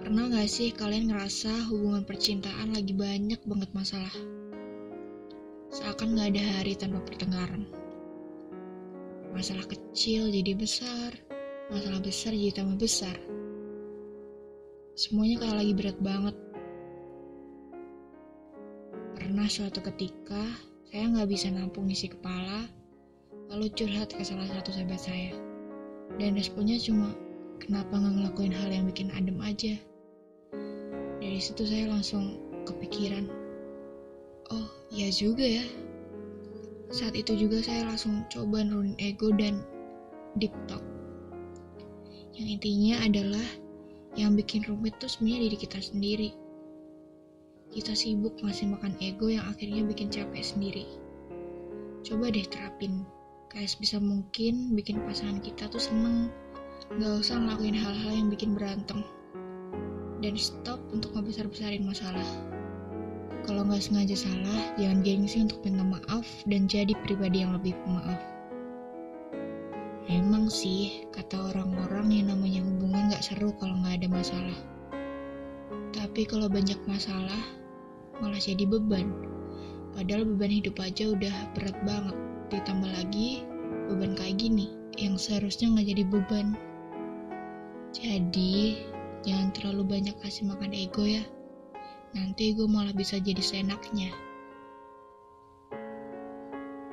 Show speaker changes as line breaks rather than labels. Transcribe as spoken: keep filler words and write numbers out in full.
Pernah gak sih kalian ngerasa hubungan percintaan lagi banyak banget masalah? Seakan gak ada hari tanpa pertengkaran. Masalah kecil jadi besar, masalah besar jadi tambah besar. Semuanya kayak lagi berat banget. Pernah suatu ketika, saya gak bisa nampung isi kepala, lalu curhat ke salah satu sahabat saya. Dan responnya cuma, kenapa gak ngelakuin hal yang bikin adem aja? Dari situ saya langsung kepikiran, oh iya juga ya. Saat itu juga saya langsung coba nurunin ego dan deep talk. Yang intinya adalah yang bikin rumit tuh sebenarnya diri kita sendiri. Kita sibuk ngasih makan ego yang akhirnya bikin capek sendiri. Coba deh terapin, kayak sebisa mungkin bikin pasangan kita tuh seneng. Gak usah ngelakuin hal-hal yang bikin berantem. Dan stop untuk ngebesar-besarin masalah. Kalau gak sengaja salah, jangan gengsi untuk minta maaf dan jadi pribadi yang lebih pemaaf. Emang sih, kata orang-orang yang namanya hubungan gak seru kalau gak ada masalah. Tapi kalau banyak masalah, malah jadi beban. Padahal beban hidup aja udah berat banget. Ditambah lagi, beban kayak gini, yang seharusnya gak jadi beban. Jadi, jangan terlalu banyak kasih makan ego ya. Nanti ego malah bisa jadi seenaknya.